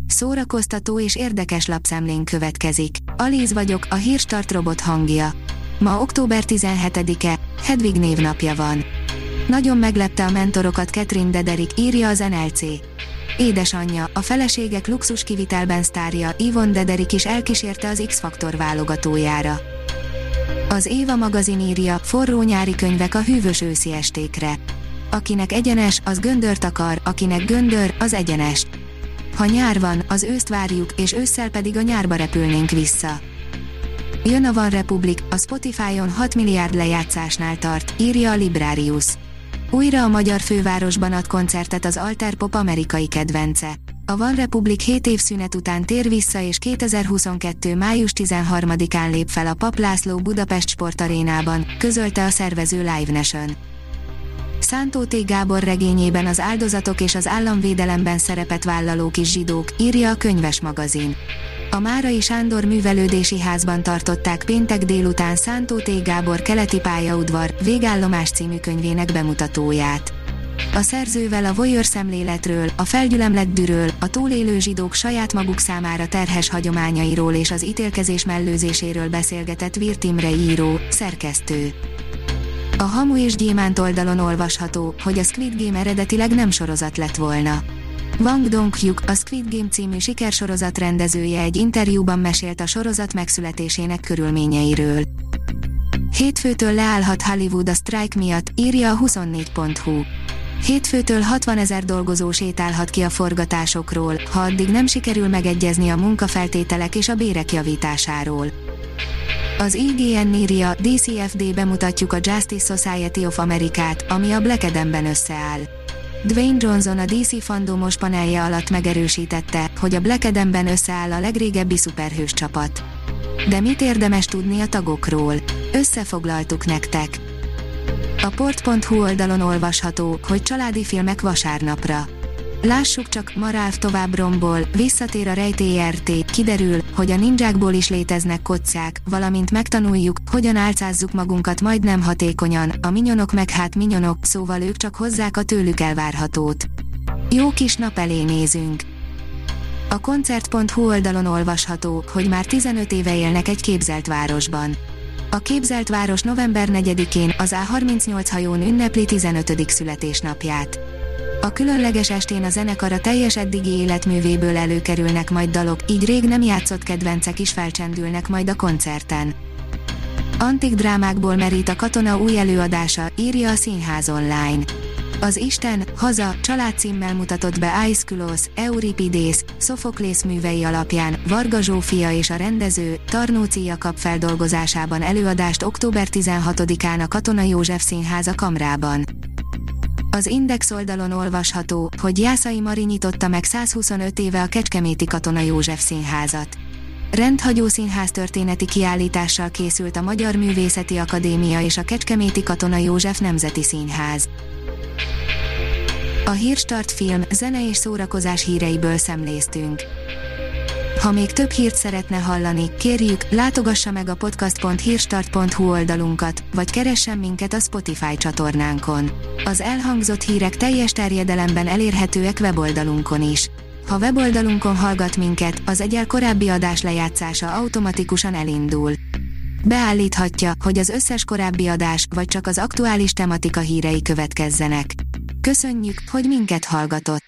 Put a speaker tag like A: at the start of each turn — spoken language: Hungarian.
A: Szórakoztató és érdekes lapszemlén következik. Alíz vagyok, a Hírstart robot hangja. Ma október 17-e, Hedvig névnapja van. Nagyon meglepte a mentorokat Catherine Dederik, írja az NLC. Édesanyja, a feleségek luxuskivitelben sztárja, Yvonne Dederik is elkísérte az X-faktor válogatójára. Az Éva magazin írja, forró nyári könyvek a hűvös őszi estékre. Akinek egyenes, az göndört akar, akinek göndör, az egyenest. Ha nyár van, az őszt várjuk, és ősszel pedig a nyárba repülnénk vissza. Jön a One Republic, a Spotify-on 6 milliárd lejátszásnál tart, írja a Librarius. Újra a magyar fővárosban ad koncertet az alterpop amerikai kedvence. A One Republic 7 év szünet után tér vissza és 2022. május 13-án lép fel a Papp László Budapest Sportarénában, közölte a szervező Live Nation. Szántó T. Gábor regényében az áldozatok és az államvédelemben szerepet vállalók is zsidók, írja a Könyves magazin. A Márai Sándor művelődési házban tartották péntek délután Szántó T. Gábor Keleti pályaudvar, Végállomás című könyvének bemutatóját. A szerzővel a voyeur szemléletről, a felgyülemlett dűről, a túlélő zsidók saját maguk számára terhes hagyományairól és az ítélkezés mellőzéséről beszélgetett Virt Imre író, szerkesztő. A Hamu és Gyémánt oldalon olvasható, hogy a Squid Game eredetileg nem sorozat lett volna. Wang Dong-hyuk, a Squid Game című sikersorozat rendezője egy interjúban mesélt a sorozat megszületésének körülményeiről. Hétfőtől leállhat Hollywood a sztrájk miatt, írja a 24.hu. Hétfőtől 60 000 dolgozó sétálhat ki a forgatásokról, ha addig nem sikerül megegyezni a munkafeltételek és a bérek javításáról. Az IGN írja, DCFD bemutatjuk a Justice Society of Amerikát, ami a Black Adamben összeáll. Dwayne Johnson a DC fandomos panelje alatt megerősítette, hogy a Black Adamben összeáll a legrégebbi szuperhős csapat. De mit érdemes tudni a tagokról? Összefoglaltuk nektek. A port.hu oldalon olvasható, hogy családi filmek vasárnapra. Lássuk csak, ma Ralph tovább rombol, visszatér a rejtély RT, kiderül, hogy a ninjákból is léteznek kocák, valamint megtanuljuk, hogyan álcázzuk magunkat majdnem hatékonyan, a minyonok meg hát minyonok, szóval ők csak hozzák a tőlük elvárhatót. Jó kis nap elé nézünk. A koncert.hu oldalon olvasható, hogy már 15 éve élnek egy képzelt városban. A képzelt város november 4-én az A38 hajón ünnepli 15. születésnapját. A különleges estén a zenekar a teljes eddigi életművéből előkerülnek majd dalok, így rég nem játszott kedvencek is felcsendülnek majd a koncerten. Antik drámákból merít a Katona új előadása, írja a Színház online. Az Isten, Haza, család címmel mutatott be Aeschylus, Euripides, Szofoklész művei alapján, Varga Zsófia és a rendező, Tarnóci Jakab feldolgozásában előadást október 16-án a Katona József Színház a Kamrában. Az Index oldalon olvasható, hogy Jászai Mari nyitotta meg 125 éve a kecskeméti Katona József Színházat. Rendhagyó színháztörténeti kiállítással készült a Magyar Művészeti Akadémia és a Kecskeméti Katona József Nemzeti Színház. A Hírstart film, zene és szórakozás híreiből szemléztünk. Ha még több hírt szeretne hallani, kérjük, látogassa meg a podcast.hírstart.hu oldalunkat, vagy keressen minket a Spotify csatornánkon. Az elhangzott hírek teljes terjedelemben elérhetőek weboldalunkon is. Ha weboldalunkon hallgat minket, az egyel korábbi adás lejátszása automatikusan elindul. Beállíthatja, hogy az összes korábbi adás, vagy csak az aktuális tematika hírei következzenek. Köszönjük, hogy minket hallgatott!